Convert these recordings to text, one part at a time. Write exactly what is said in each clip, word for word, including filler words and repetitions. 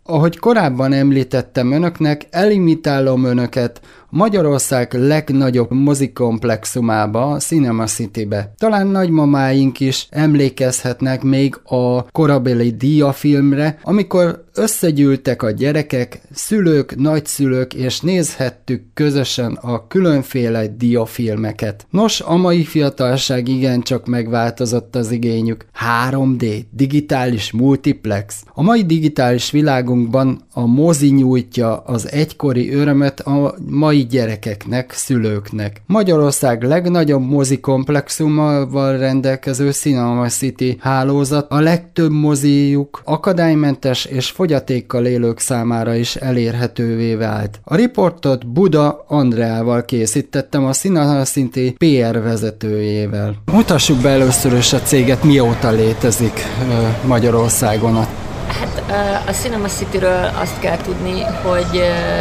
Ahogy korábban említettem önöknek, elimitálom önöket Magyarország legnagyobb mozikomplexumába, Cinema Citybe. Talán nagymamáink is emlékezhetnek még a korabeli díjafilmre, amikor összegyűltek a gyerekek, szülők, nagyszülők, és nézhettük közösen a különféle díjafilmeket. Nos, a mai fiatalság igencsak megváltozott az igényük. három dé, digitális multiplex. A mai digitális világunkban a mozi nyújtja az egykori örömet a mai gyerekeknek, szülőknek. Magyarország legnagyobb mozikomplexummal rendelkező Cinema City hálózat, a legtöbb mozijuk akadálymentes és fogyatékkal élők számára is elérhetővé vált. A riportot Buda Andreával készítettem, a Cinema City pé er vezetőjével. Mutassuk be először is a céget, mióta létezik Magyarországon. Hát a Cinema Cityről azt kell tudni, hogy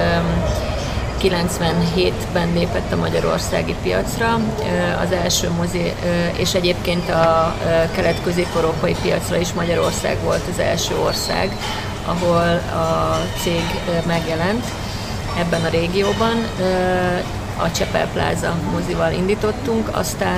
kilencvenhétben lépett a magyarországi piacra, az első mozi, és egyébként a kelet-közép-európai piacra is Magyarország volt az első ország, ahol a cég megjelent ebben a régióban. A Csepel Plaza mozival indítottunk, aztán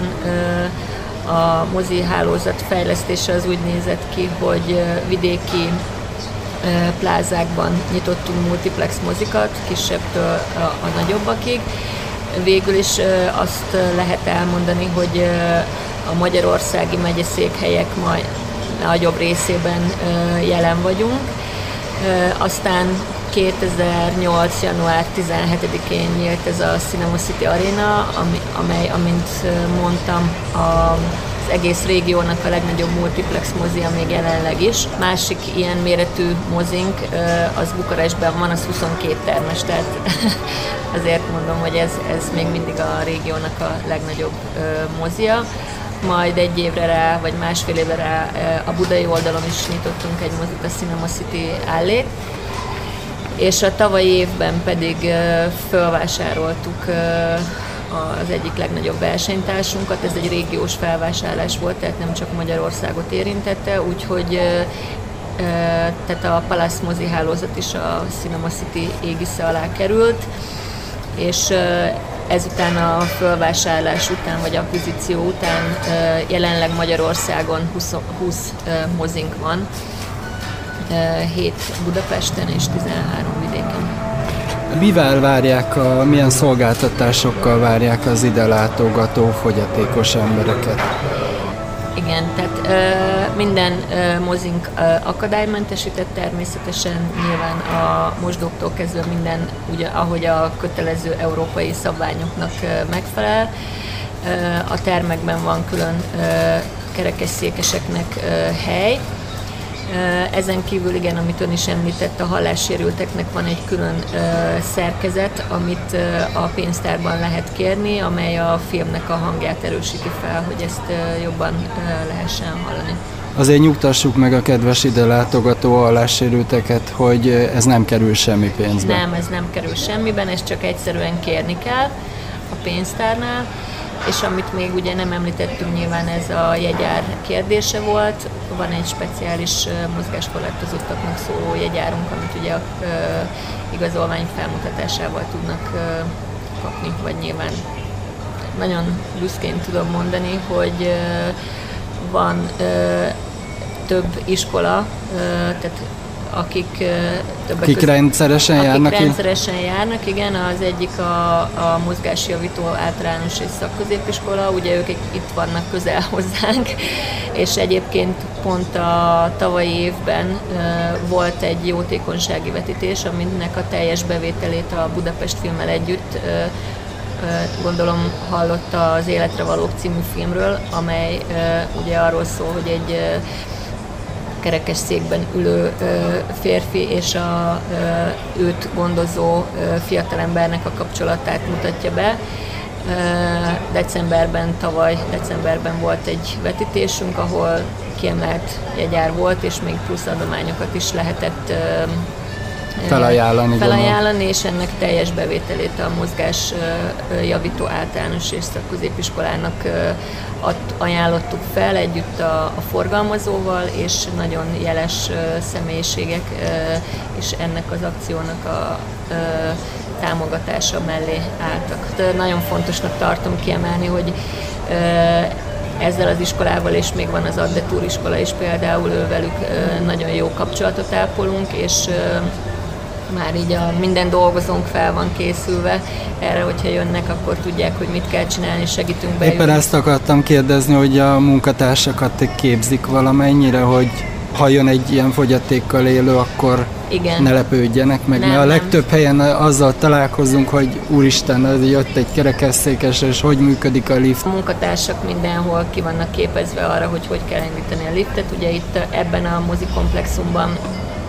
a mozi hálózat fejlesztése az úgy nézett ki, hogy vidéki plázákban nyitottunk multiplex mozikat, kisebbtől a, a nagyobbakig. Végül is azt lehet elmondani, hogy a magyarországi megyeszékhelyek majd nagyobb részében jelen vagyunk. Aztán kétezer-nyolc. január tizenhetedikén nyílt ez a Cinema City Arena, amely, amint mondtam, a az egész régiónak a legnagyobb multiplex mozia még jelenleg is. Másik ilyen méretű mozink, az Bukarestben van, az huszonkét termes, tehát azért mondom, hogy ez, ez még mindig a régiónak a legnagyobb mozia. Majd egy évre rá, vagy másfél évre rá a budai oldalon is nyitottunk egy mozit, a Cinema City Allét, és a tavalyi évben pedig fölvásároltuk az egyik legnagyobb versenytársunkat, ez egy régiós felvásárlás volt, tehát nem csak Magyarországot érintette, úgyhogy tehát a Palace mozi hálózat is a Cinema City égisze alá került, és ezután a fölvásárlás után, vagy akvizíció után jelenleg Magyarországon húsz, húsz mozink van, hét Budapesten és tizenhárom vidéken. Mivel várják, a, milyen szolgáltatásokkal várják az ide látogató fogyatékos embereket? Igen, tehát ö, minden ö, mozink ö, akadálymentesített természetesen, nyilván a mosdóktól kezdve minden, ugye, ahogy a kötelező európai szabványoknak ö, megfelel. Ö, a termekben van külön ö, kerekesszékeseknek ö, hely. Ezen kívül, igen, amit ön is említett, a hallássérülteknek van egy külön ö, szerkezet, amit ö, a pénztárban lehet kérni, amely a filmnek a hangját erősíti fel, hogy ezt ö, jobban ö, lehessen hallani. Azért nyugtassuk meg a kedves ide látogató hallássérülteket, hogy ez nem kerül semmi pénzbe. Nem, ez nem kerül semmiben, ezt csak egyszerűen kérni kell a pénztárnál. És amit még ugye nem említettünk, nyilván ez a jegyár kérdése volt. Van egy speciális mozgáskorlátozottaknak szóló jegyárunk, amit ugye a uh, igazolvány felmutatásával tudnak uh, kapni, vagy nyilván nagyon büszkén tudom mondani, hogy uh, van uh, több iskola, uh, tehát akik többek akik között, rendszeresen akik járnak rendszeresen járnak, igen, az egyik a, a mozgásjavító általános és szakközépiskola, ugye ők itt vannak közel hozzánk, és egyébként pont a tavalyi évben uh, volt egy jótékonysági vetítés, aminek a teljes bevételét a Budapest Filmmel együtt uh, uh, gondolom hallotta az Életre valók című filmről, amely uh, ugye arról szól, hogy egy uh, kerekesszékben ülő ö, férfi és a ö, őt gondozó ö, fiatalembernek a kapcsolatát mutatja be. Ö, decemberben, tavaly decemberben volt egy vetítésünk, ahol kiemelt jegyár volt, és még plusz adományokat is lehetett ö, felajánlani, felajánlani és ennek teljes bevételét a mozgás javító általános és szakközépiskolának ajánlottuk fel együtt a, a forgalmazóval, és nagyon jeles személyiségek és ennek az akciónak a támogatása mellé álltak. Nagyon fontosnak tartom kiemelni, hogy ezzel az iskolával, és még van az Addetúr iskola is például, velük nagyon jó kapcsolatot ápolunk, és már így a minden dolgozónk fel van készülve erre, hogyha jönnek, akkor tudják, hogy mit kell csinálni, segítünk bejönni. Éppen ezt akartam kérdezni, hogy a munkatársakat képzik valamennyire, hogy ha jön egy ilyen fogyatékkal élő, akkor igen. ne lepődjenek meg, nem, mert a legtöbb nem. helyen azzal találkozunk, hogy úristen, jött egy kerekesszékes, és hogy működik a lift. A munkatársak mindenhol ki vannak képezve arra, hogy hogy kell indítani a liftet. Ugye itt ebben a mozikomplexumban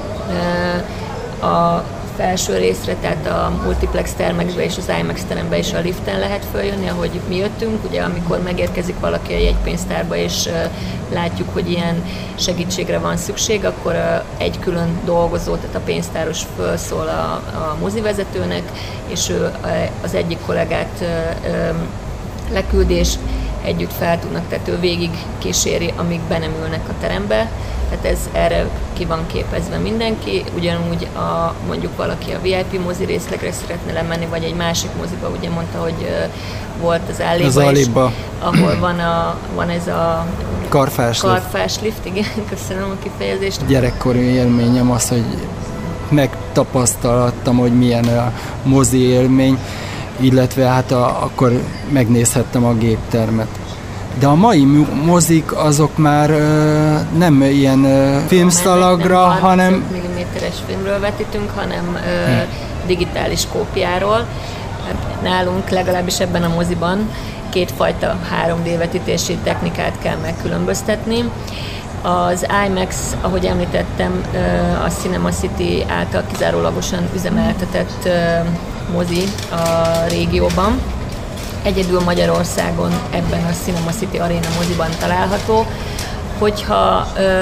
a felső részre, tehát a multiplex termekbe és az IMAX terembe is a liften lehet följönni, ahogy mi jöttünk. Ugye amikor megérkezik valaki a jegypénztárba, és uh, látjuk, hogy ilyen segítségre van szükség, akkor uh, egy külön dolgozó, tehát a pénztáros felszól a, a mozivezetőnek, és ő uh, az egyik kollégát uh, um, leküld, és együtt fel tudnak, tehát ő végig kíséri, amíg be nem ülnek a terembe. Tehát ez erre ki van képezve mindenki, ugyanúgy a, mondjuk valaki a vé i pé mozi részlegre szeretne lemenni, vagy egy másik moziba, ugye mondta, hogy uh, volt az Aliba is, ahol van, a, van ez a karfás, karfás lift. lift, igen, köszönöm a kifejezést. Gyerekkori élményem az, hogy megtapasztalhattam, hogy milyen a mozi élmény, illetve hát a, akkor megnézhettem a géptermet. De a mai mozik azok már ö, nem ilyen ö, filmszalagra, nem hanem... milliméteres filmről vetítünk, hanem ö, hmm. digitális kópiáról. Nálunk legalábbis ebben a moziban kétfajta három dé vetítési technikát kell megkülönböztetni. Az IMAX, ahogy említettem, a Cinema City által kizárólagosan üzemeltetett mozi a régióban. Egyedül Magyarországon ebben a Cinema City Arena moziban található. Hogyha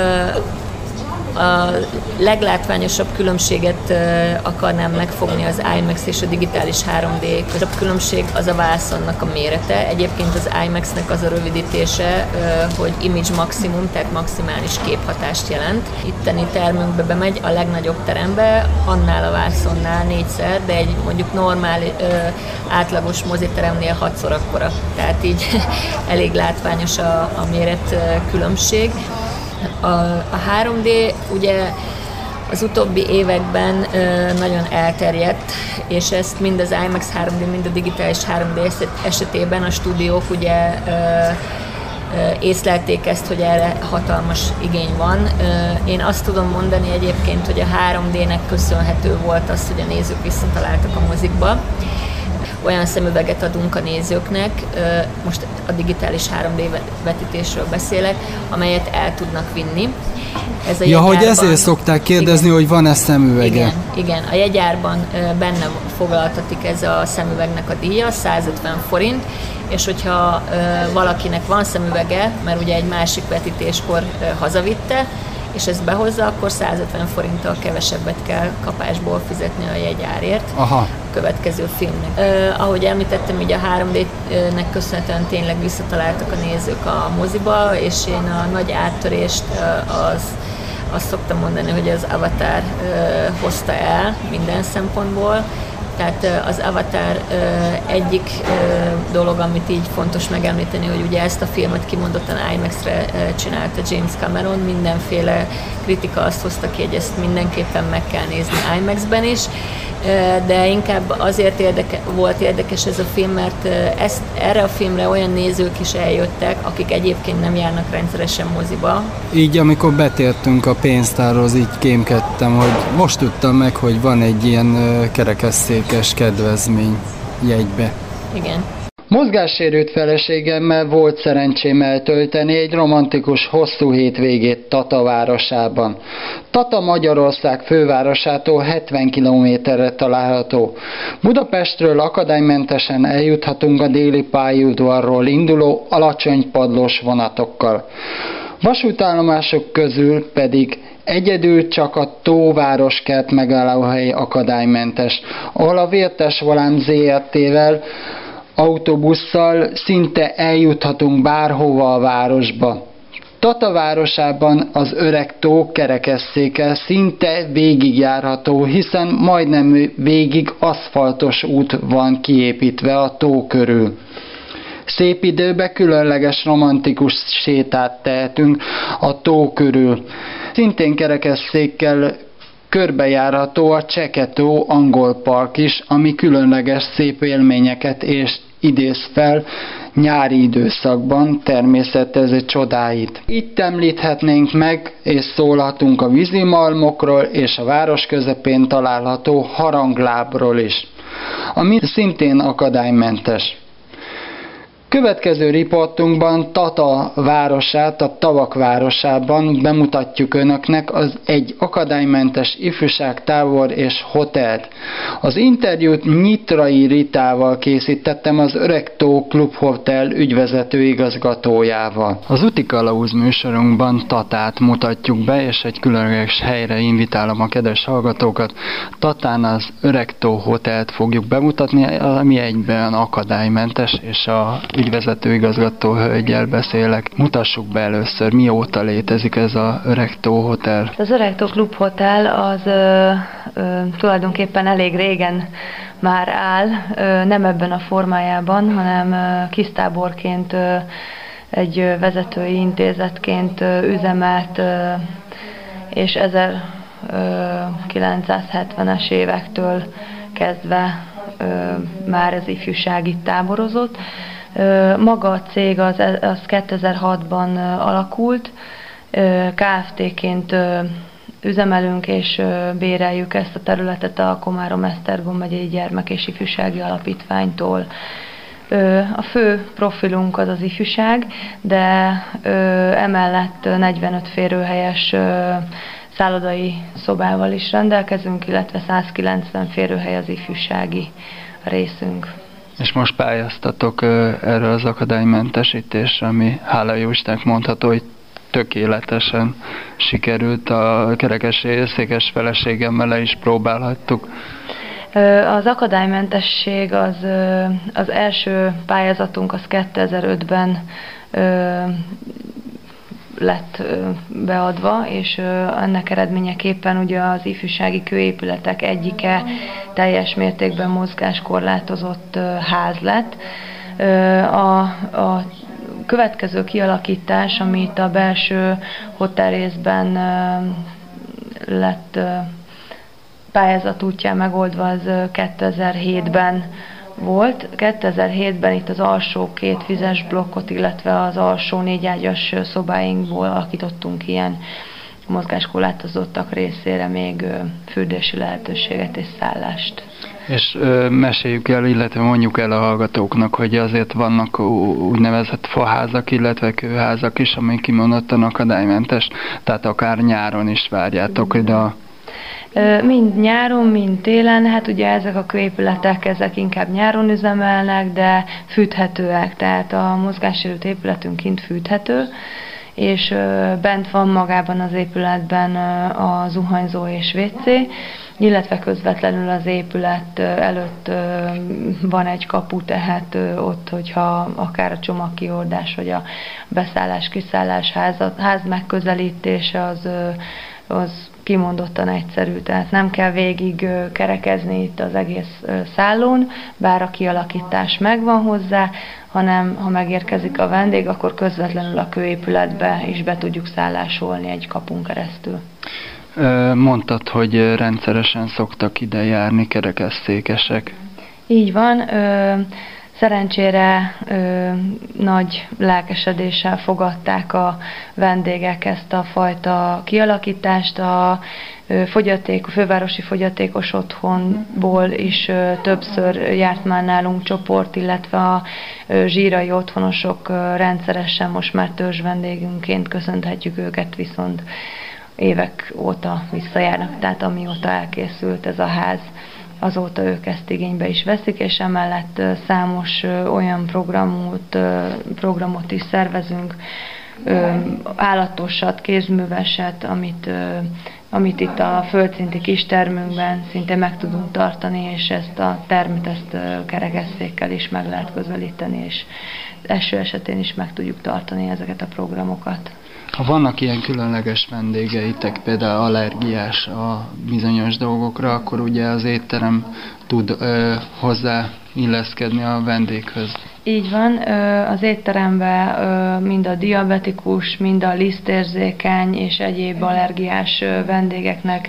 a leglátványosabb különbséget akarnám megfogni az IMAX és a digitális három dé között, a különbség az a vászonnak a mérete. Egyébként az IMAX-nek az a rövidítése, hogy Image Maximum, tehát maximális képhatást jelent. Itteni termünkbe bemegy a legnagyobb terembe, annál a vászonnál négyszer, de egy mondjuk normál, átlagos moziteremnél hatszor akkora. Tehát így elég látványos a, a méret különbség. A, a három dé ugye az utóbbi években ö, nagyon elterjedt, és ezt mind az IMAX három dé, mind a digitális három dé esetében a stúdiók ugye ö, ö, észlelték ezt, hogy erre hatalmas igény van. Ö, én azt tudom mondani egyébként, hogy a három dének köszönhető volt az, hogy a nézők visszataláltak a mozikba. Olyan szemüveget adunk a nézőknek, most a digitális három dé vetítésről beszélek, amelyet el tudnak vinni. Ez a ja, hogy ezért szokták kérdezni, igen, hogy van-e szemüvege? Igen, igen, a jegyárban benne foglaltatik ez a szemüvegnek a díja, százötven forint, és hogyha valakinek van szemüvege, mert ugye egy másik vetítéskor hazavitte, és ezt behozza, akkor százötven forinttal kevesebbet kell kapásból fizetni a jegyárért. Aha. A következő filmnek. Uh, ahogy említettem, ugye a három dének köszönhetően tényleg visszataláltak a nézők a moziba, és én a nagy áttörést uh, az, azt szoktam mondani, hogy az Avatar uh, hozta el minden szempontból. Tehát az Avatar egyik dolog, amit így fontos megemlíteni, hogy ugye ezt a filmet kimondottan IMAX-re csinálta James Cameron, mindenféle kritika azt hozta ki, hogy ezt mindenképpen meg kell nézni IMAX-ben is, de inkább azért érdeke, volt érdekes ez a film, mert ezt, erre a filmre olyan nézők is eljöttek, akik egyébként nem járnak rendszeresen moziba. Így amikor betértünk a pénztárhoz, így kémkedtem, hogy most tudtam meg, hogy van egy ilyen kerekesszékes kedvezmény jegybe. Igen. Mozgássérült feleségemmel volt szerencsém eltölteni egy romantikus hosszú hétvégét Tata városában. Tata Magyarország fővárosától hetven kilométerre található. Budapestről akadálymentesen eljuthatunk a déli pályaudvarról induló alacsony padlós vonatokkal. Vasútállomások közül pedig Egyedül csak a Tóvároskert megállóhely akadálymentes, ahol a Vértes Volán zé er té-vel autóbusszal szinte eljuthatunk bárhova a városba. Tata városában az Öreg tó kerekesszékkel szinte végigjárható, hiszen majdnem végig aszfaltos út van kiépítve a tó körül. Szép időben különleges romantikus sétát tehetünk a tó körül. Szintén kerekesszékkel körbejárható a Cseke-tó angol park is, ami különleges szép élményeket és idéz fel nyári időszakban természetezi csodáit. Itt említhetnénk meg és szólhatunk a vízimalmokról és a város közepén található haranglábról is, ami szintén akadálymentes. Következő riportunkban Tata városát, a Tavak városában bemutatjuk önöknek az egy akadálymentes ifjúságtábor és hotelt. Az interjút Nyitrai Ritával készítettem, az Öreg tó Klub Hotel ügyvezető igazgatójával. Az úti kalauz műsorunkban Tatát mutatjuk be, és egy különleges helyre invitálom a kedves hallgatókat. Tatán az Öreg tó Hotelt fogjuk bemutatni, ami egyben akadálymentes, és a ügyvezető igazgató hölggyel beszélek. Mutassuk be először, mióta létezik ez az Öreg tó Hotel. Az Öreg tó Klub Hotel az ö, ö, tulajdonképpen elég régen már áll, ö, nem ebben a formájában, hanem ö, kisztáborként, ö, egy ö, vezetői intézetként ö, üzemelt, ö, és ezerkilencszázhetvenes évektől kezdve ö, már az ifjúság itt táborozott. Maga a cég az, az kétezer-hatban alakult, Kft-ként üzemelünk és béreljük ezt a területet a Komárom-Esztergom megyei Gyermek- és Ifjúsági Alapítványtól. A fő profilunk az az ifjúság, de emellett negyvenöt férőhelyes szállodai szobával is rendelkezünk, illetve százkilencven férőhely az ifjúsági részünk. És most pályáztatok erre az akadálymentesítésre, ami hála jó Istennek mondható, hogy tökéletesen sikerült, a kerekesszékes feleségemmel le is próbálhattuk. Az akadálymentesség az, az első pályázatunk az kétezer-ötben lett beadva, és ennek eredményeképpen ugye az ifjúsági kőépületek egyike teljes mértékben mozgáskorlátozott ház lett. A, a következő kialakítás, amit a belső hotelrészben lett pályázat útján megoldva, az kétezer-hétben volt. kétezer-hétben itt az alsó két vizes blokkot, illetve az alsó négy ágyas szobáinkból alakítottunk ilyen mozgáskorlátozottak részére még fürdési lehetőséget és szállást. És ö, meséljük el, illetve mondjuk el a hallgatóknak, hogy azért vannak úgynevezett faházak, illetve kőházak is, amik kimondottan akadálymentes, tehát akár nyáron is várjátok ide a... Mind nyáron, mind télen, hát ugye ezek a kőépületek, ezek inkább nyáron üzemelnek, de fűthetőek, tehát a mozgássérült épületünk kint fűthető, és bent van magában az épületben a zuhanyzó és vé cé, illetve közvetlenül az épület előtt van egy kapu, tehát ott, hogyha akár a csomagkiordás, vagy a beszállás-kiszállás házat, ház megközelítése az, az kimondottan egyszerű, tehát nem kell végig kerekezni itt az egész szállón, bár a kialakítás megvan hozzá, hanem ha megérkezik a vendég, akkor közvetlenül a kőépületbe is be tudjuk szállásolni egy kapun keresztül. Mondtad, hogy rendszeresen szoktak ide járni kerekesszékesek. Így van. Szerencsére ö, nagy lelkesedéssel fogadták a vendégek ezt a fajta kialakítást. A ö, fogyaték, a fővárosi fogyatékos otthonból is ö, többször járt már nálunk csoport, illetve a ö, zsírai otthonosok ö, rendszeresen most már törzs vendégünként köszönhetjük őket, viszont évek óta visszajárnak, tehát amióta elkészült ez a ház, azóta ők ezt igénybe is veszik, és emellett számos olyan programot, programot is szervezünk, állatosat, kézműveset, amit, amit itt a földszinti kistermünkben szinte meg tudunk tartani, és ezt a termet ezt kerekesszékkel is meg lehet közelíteni, és eső esetén is meg tudjuk tartani ezeket a programokat. Ha vannak ilyen különleges vendégeitek, például allergiás a bizonyos dolgokra, akkor ugye az étterem tud ö, hozzá illeszkedni a vendéghöz. Így van, az étteremben mind a diabetikus, mind a lisztérzékeny és egyéb allergiás vendégeknek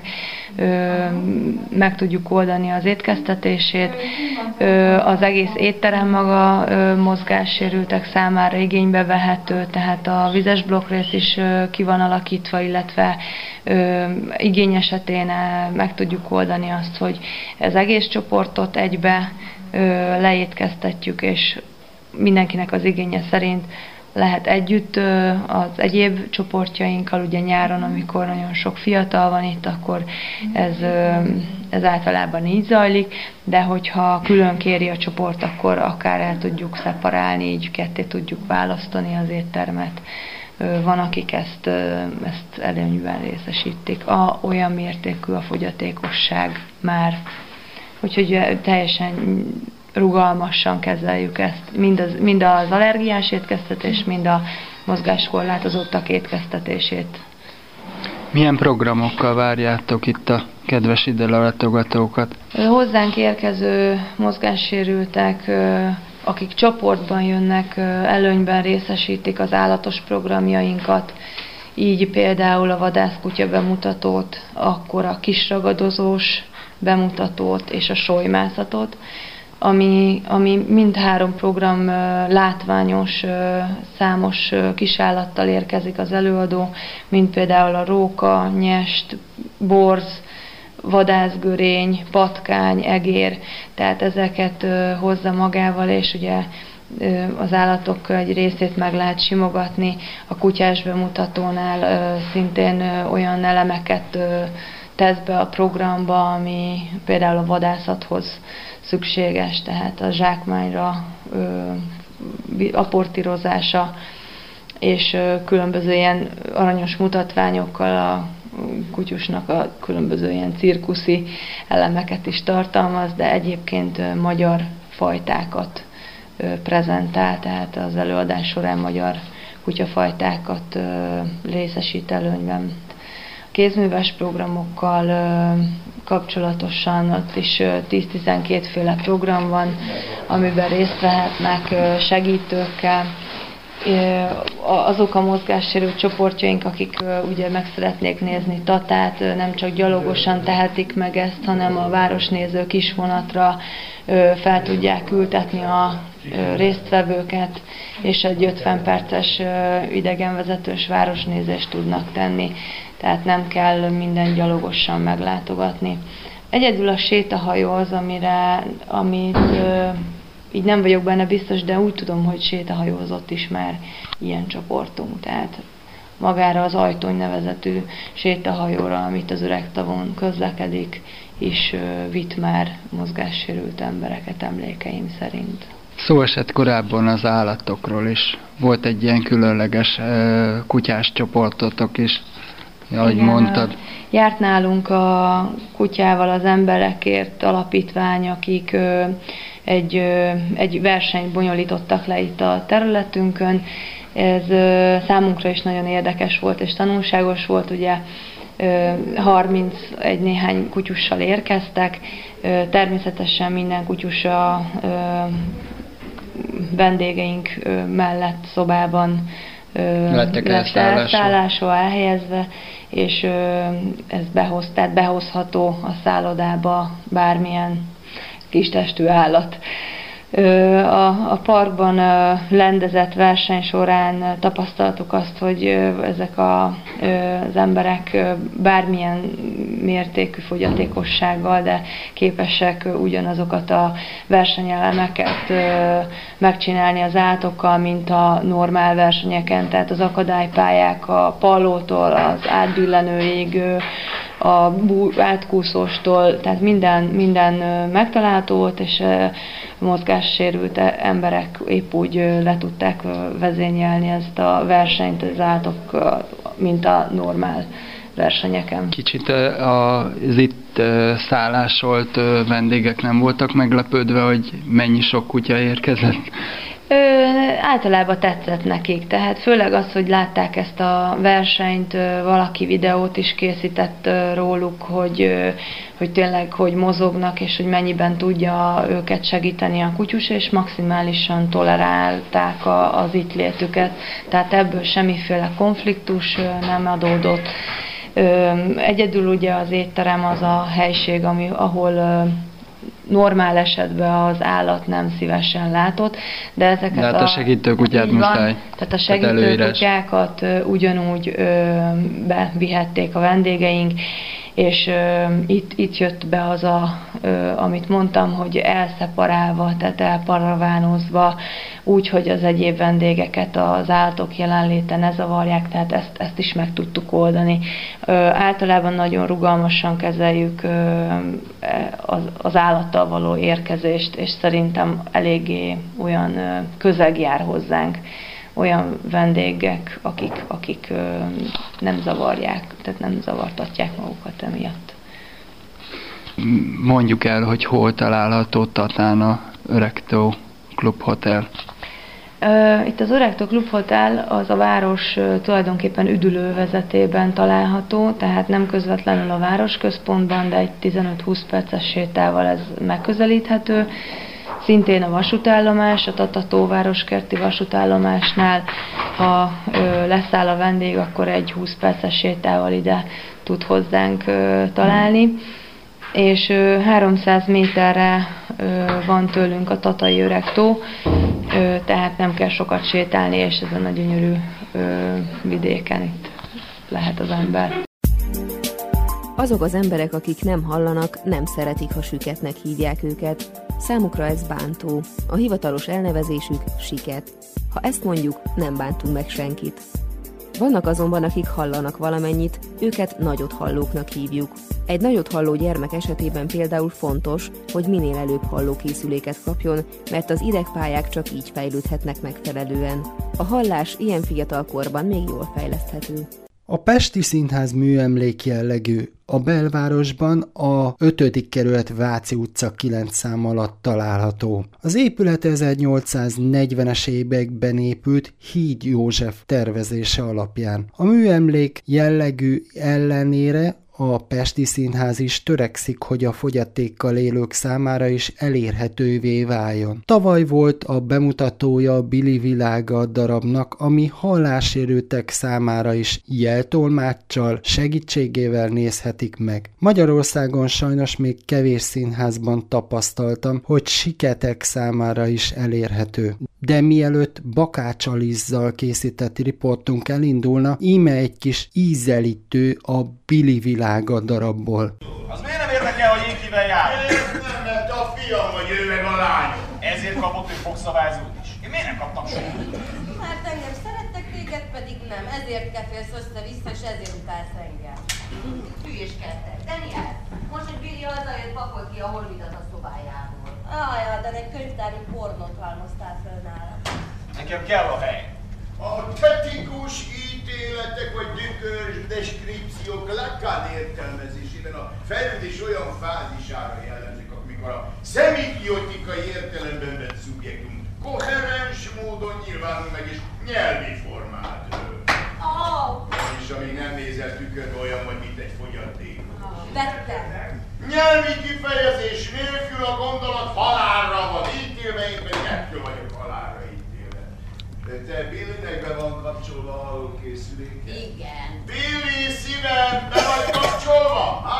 meg tudjuk oldani az étkeztetését. Az egész étterem maga mozgássérültek számára igénybe vehető, tehát a vizes blokkrész is ki van alakítva, illetve igény esetén meg tudjuk oldani azt, hogy az egész csoportot egybe leétkeztetjük, és mindenkinek az igénye szerint lehet együtt az egyéb csoportjainkkal, ugye nyáron, amikor nagyon sok fiatal van itt, akkor ez, ez általában így zajlik, de hogyha külön kéri a csoport, akkor akár el tudjuk szeparálni, így ketté tudjuk választani az éttermet. Van, akik ezt, ezt előnyben részesítik. A, olyan mértékű a fogyatékosság már, úgyhogy teljesen rugalmasan kezeljük ezt, mind az, mind az allergiás étkeztetés, mind a mozgáskorlátozottak étkeztetését. Milyen programokkal várjátok itt a kedves ide látogatókat? Hozzánk érkező mozgássérültek, akik csoportban jönnek, előnyben részesítik az állatos programjainkat, így például a vadászkutya bemutatót, akkor a kisragadozós bemutatót és a solymászatot, ami, ami mindhárom program látványos, számos kisállattal érkezik az előadó, mint például a róka, nyest, borz, vadászgörény, patkány, egér, tehát ezeket hozza magával, és ugye az állatok egy részét meg lehet simogatni. A kutyás bemutatónál szintén olyan elemeket tesz be a programba, ami például a vadászathoz szükséges, tehát a zsákmányra aportírozása, és különböző ilyen aranyos mutatványokkal a kutyusnak a különböző ilyen cirkuszi elemeket is tartalmaz, de egyébként magyar fajtákat prezentál, tehát az előadás során magyar kutyafajtákat részesít előnyben. Kézműves programokkal kapcsolatosan ott is tíz-tizenkét féle program van, amiben részt vehetnek segítőkkel. Azok a mozgássérült csoportjaink, akik ugye meg szeretnék nézni Tatát, nem csak gyalogosan tehetik meg ezt, hanem a városnéző kisvonatra fel tudják ültetni a résztvevőket, és egy ötven perces idegenvezetős városnézést tudnak tenni, tehát nem kell minden gyalogosan meglátogatni. Egyedül a sétahajó az, amire, amit így nem vagyok benne biztos, de úgy tudom, hogy sétahajózott is már ilyen csoportunk, tehát magára az Ajtony nevezetű sétahajóra, amit az Öregtavon közlekedik, is vitt már mozgássérült embereket emlékeim szerint. Szó esett korábban az állatokról is. Volt egy ilyen különleges kutyás csoportotok is, ahogy igen, mondtad. Járt nálunk a Kutyával az emberekért alapítvány, akik egy, egy versenyt bonyolítottak le itt a területünkön. Ez számunkra is nagyon érdekes volt és tanulságos volt, ugye harmincegy néhány kutyussal érkeztek, természetesen minden kutyus a vendégeink mellett szobában lettek elszállásra elhelyezve, és ez behoz, tehát behozható a szállodába bármilyen kistestű állat. A, a parkban rendezett verseny során tapasztaltuk azt, hogy ezek a, az emberek bármilyen mértékű fogyatékossággal, de képesek ugyanazokat a versenyelemeket megcsinálni az állatokkal, mint a normál versenyeken, tehát az akadálypályák a pallótól az átbillenőig a bú, átkúszóstól, tehát minden, minden megtalálható volt, és mozgássérült emberek épp úgy le tudták vezényelni ezt a versenyt, az állatok, mint a normál versenyeken. Kicsit az itt szállásolt vendégek nem voltak meglepődve, hogy mennyi sok kutya érkezett? Ö, általában tetszett nekik, tehát főleg az, hogy látták ezt a versenyt, valaki videót is készített róluk, hogy, hogy tényleg hogy mozognak, és hogy mennyiben tudja őket segíteni a kutyus, és maximálisan tolerálták a, az itt létüket, tehát ebből semmiféle konfliktus nem adódott. Egyedül ugye az étterem az a helység, ami, ahol normál esetben az állat nem szívesen látott, de ezeket de hát a, a segítőkutyát muszáj. Tehát a segítőkutyákat ugyanúgy bevihették a vendégeink, és ö, itt, itt jött be az, a, ö, amit mondtam, hogy elszeparálva, tehát elparavánozva, úgy, hogy az egyéb vendégeket az állatok jelenléte ne zavarják, tehát ezt, ezt is meg tudtuk oldani. Ö, általában nagyon rugalmasan kezeljük ö, az, az állattal való érkezést, és szerintem eléggé olyan ö, közeg jár hozzánk. Olyan vendégek, akik, akik ö, nem zavarják, tehát nem zavartatják magukat emiatt. Mondjuk el, hogy hol található Tatán a Öregtó Klub Hotel. Itt az Öregtó Klub Hotel az a város tulajdonképpen üdülővezetében található, tehát nem közvetlenül a városközpontban, de egy tizenöt-húsz perces sétával ez megközelíthető. Szintén a vasútállomás, a Tata-tóvároskerti vasútállomásnál, ha ö, leszáll a vendég, akkor egy húsz perces sétával ide tud hozzánk ö, találni. És ö, háromszáz méterre ö, van tőlünk a tatai Öregtó, ö, tehát nem kell sokat sétálni, és ezen a gyönyörű ö, vidéken itt lehet az ember. Azok az emberek, akik nem hallanak, nem szeretik, ha süketnek hívják őket. Számukra ez bántó. A hivatalos elnevezésük siket. Ha ezt mondjuk, nem bántunk meg senkit. Vannak azonban, akik hallanak valamennyit, őket nagyot hallóknak hívjuk. Egy nagyot halló gyermek esetében például fontos, hogy minél előbb hallókészüléket kapjon, mert az idegpályák csak így fejlődhetnek megfelelően. A hallás ilyen fiatal korban még jól fejleszthető. A Pesti Színház műemlék jellegű. A belvárosban a ötödik kerület Váci utca kilenc szám alatt található. Az épület ezernyolcszáznegyvenes években épült Híd József tervezése alapján. A műemlék jellegű ellenére a Pesti Színház is törekszik, hogy a fogyatékkal élők számára is elérhetővé váljon. Tavaly volt a bemutatója a Billy világa darabnak, ami hallássérültek számára is jeltolmáccsal, segítségével nézhetik meg. Magyarországon sajnos még kevés színházban tapasztaltam, hogy siketek számára is elérhető. De mielőtt Bakács Alizzal készített riportunk elindulna, íme egy kis ízelítő a Billy világa darabból. Az miért nem érdekel, hogy én kivel jár? Nem, mert a fiam vagy ő meg a lány. Ezért kapott ő fogszabályzót is. Én miért nem kaptam soha? Hát engem szerettek, téged pedig nem. Ezért kefélsz össze-vissza, és ezért utálsz engem. Hülyéskedtek. Daniel, most, hogy Billy hazajött, pakolt ki a holmidat a szobájából. Ajaj, de egy könyvtári pornót halmoztál föl nálam. Nekem kell a hely. A tetikus ítéletek vagy dükörs deskripciók Lacan értelmezésében a fejlődés olyan fázisára jellemzik, amikor a szemikiotikai értelemben vett szubjektum koherens módon nyilvánul meg és nyelvi formát ölt. Oh. És amíg nem nézel tükörbe, olyan vagy, mint egy fogyaték. Vettem. Nyelvi kifejezés nélkül a gondolat halálra van ítélve, én pedig ettől vagyok halálra ítélve. De te Billynek be van kapcsolva a hallókészüléket? Igen. Billy, szívem, be vagy kapcsolva? Ha?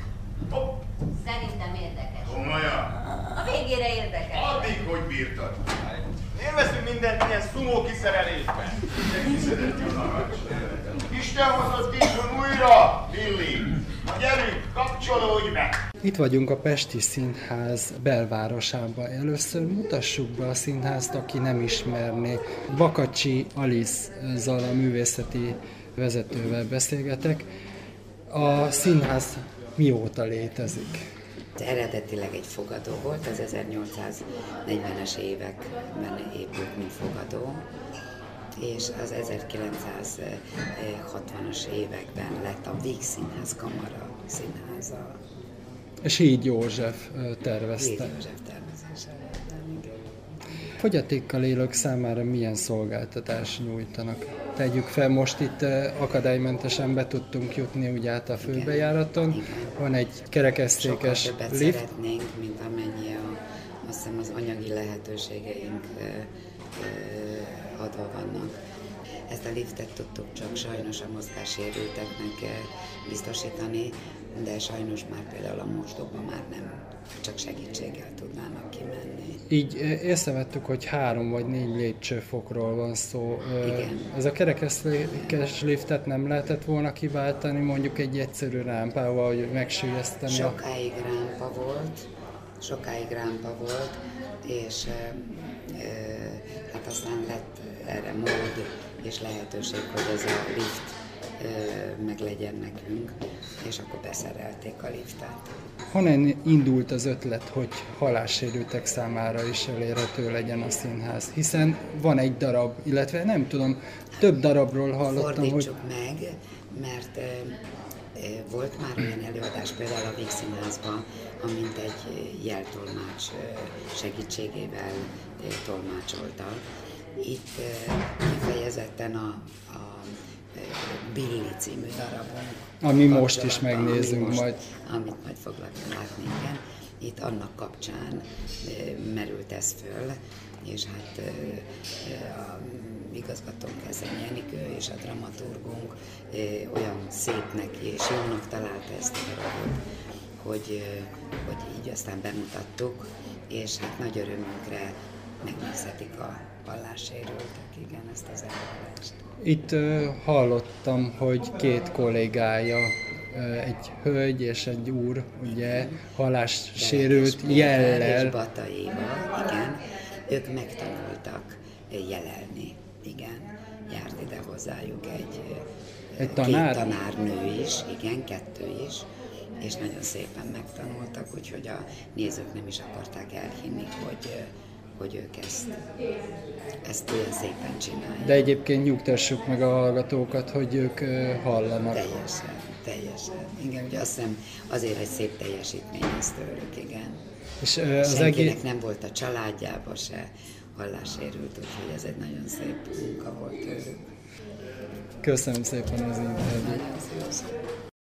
Hopp. Szerintem érdekes. Komolyan? A végére érdekes. Addig, hogy bírtad. Miért veszünk mindent ilyen szumó kiszerelésben? Te kiszedett a narancs. Isten hozott itthon újra, Billy. Na gyerünk, kapcsolódj be! Itt vagyunk a Pesti Színház belvárosában. Először mutassuk be a színházt, aki nem ismerné. Bakacsi Alizzal, a művészeti vezetővel beszélgetek. A színház mióta létezik? Eredetileg egy fogadó volt, az ezernyolcszáznegyvenes években épült, mint fogadó, és az ezerkilencszázhatvanas években lett a Víg Színház Kamara színháza. És Híd József tervezte. Híd József tervezése. Fogyatékkal élők számára milyen szolgáltatást nyújtanak? Tegyük fel, most itt akadálymentesen be tudtunk jutni ugye át a főbejáraton. Igen. Van egy kerekesztékes lift. Sokkal többet szeretnénk, mint amennyi a, azt hiszem az anyagi lehetőségeink ö, ö, adva vannak. Ezt a liftet tudtuk csak sajnos a mozgássérülteknek biztosítani, de sajnos már például a mosdóban már nem, csak segítséggel tudnának kimenni. Így észrevettük, hogy három vagy négy lépcsőfokról van szó. Igen. Ez a kerekesztékes liftet nem lehetett volna kiváltani mondjuk egy egyszerű rámpával, hogy megsüllyeszteni? Sokáig rámpa volt, sokáig rámpa volt, és e, e, hát aztán lett erre mód és lehetőség, hogy ez a lift meg legyen nekünk, és akkor beszerelték a liftet. Honnan indult az ötlet, hogy hallássérültek számára is elérhető legyen a színház? Hiszen van egy darab, illetve nem tudom, több darabról hallottam, Fordítsuk hogy... meg, mert e, e, volt már olyan előadás például a Víg Színházban, amint egy jeltolmács segítségével tolmácsoltak. Itt e, kifejezetten a, a Billy című darabunk. Ami most is megnézünk most, majd. Amit majd foglak látni, igen. Itt annak kapcsán e, merült ez föl, és hát e, a igazgatónk Kezeny Jenikő és a dramaturgunk e, olyan szépnek és jónak találta ezt a darabot, hogy, e, hogy így aztán bemutattuk, és hát nagy örömünkre megnézhetik a hallássérültek, igen, ezt az előadást. Itt uh, hallottam, hogy két kollégája, uh, egy hölgy és egy úr, ugye, hallássérült jellel. Berek és Bata Éva, igen, ők megtanultak jelelni, igen, járt ide hozzájuk egy, egy tanár? két tanárnő is, igen, kettő is, és nagyon szépen megtanultak, úgyhogy a nézők nem is akarták elhinni, hogy hogy ők ezt, ezt olyan szépen csinálják. De egyébként nyugtassuk meg a hallgatókat, hogy ők hallanak. Teljesen, teljesen. Igen, ugye azt hiszem azért egy szép teljesítmény ez tőlük, igen. És az senkinek egész... nem volt a családjában se hallássérült, úgyhogy ez egy nagyon szép munka volt tőlük. Köszönöm szépen az interjút. Nagyon szépen.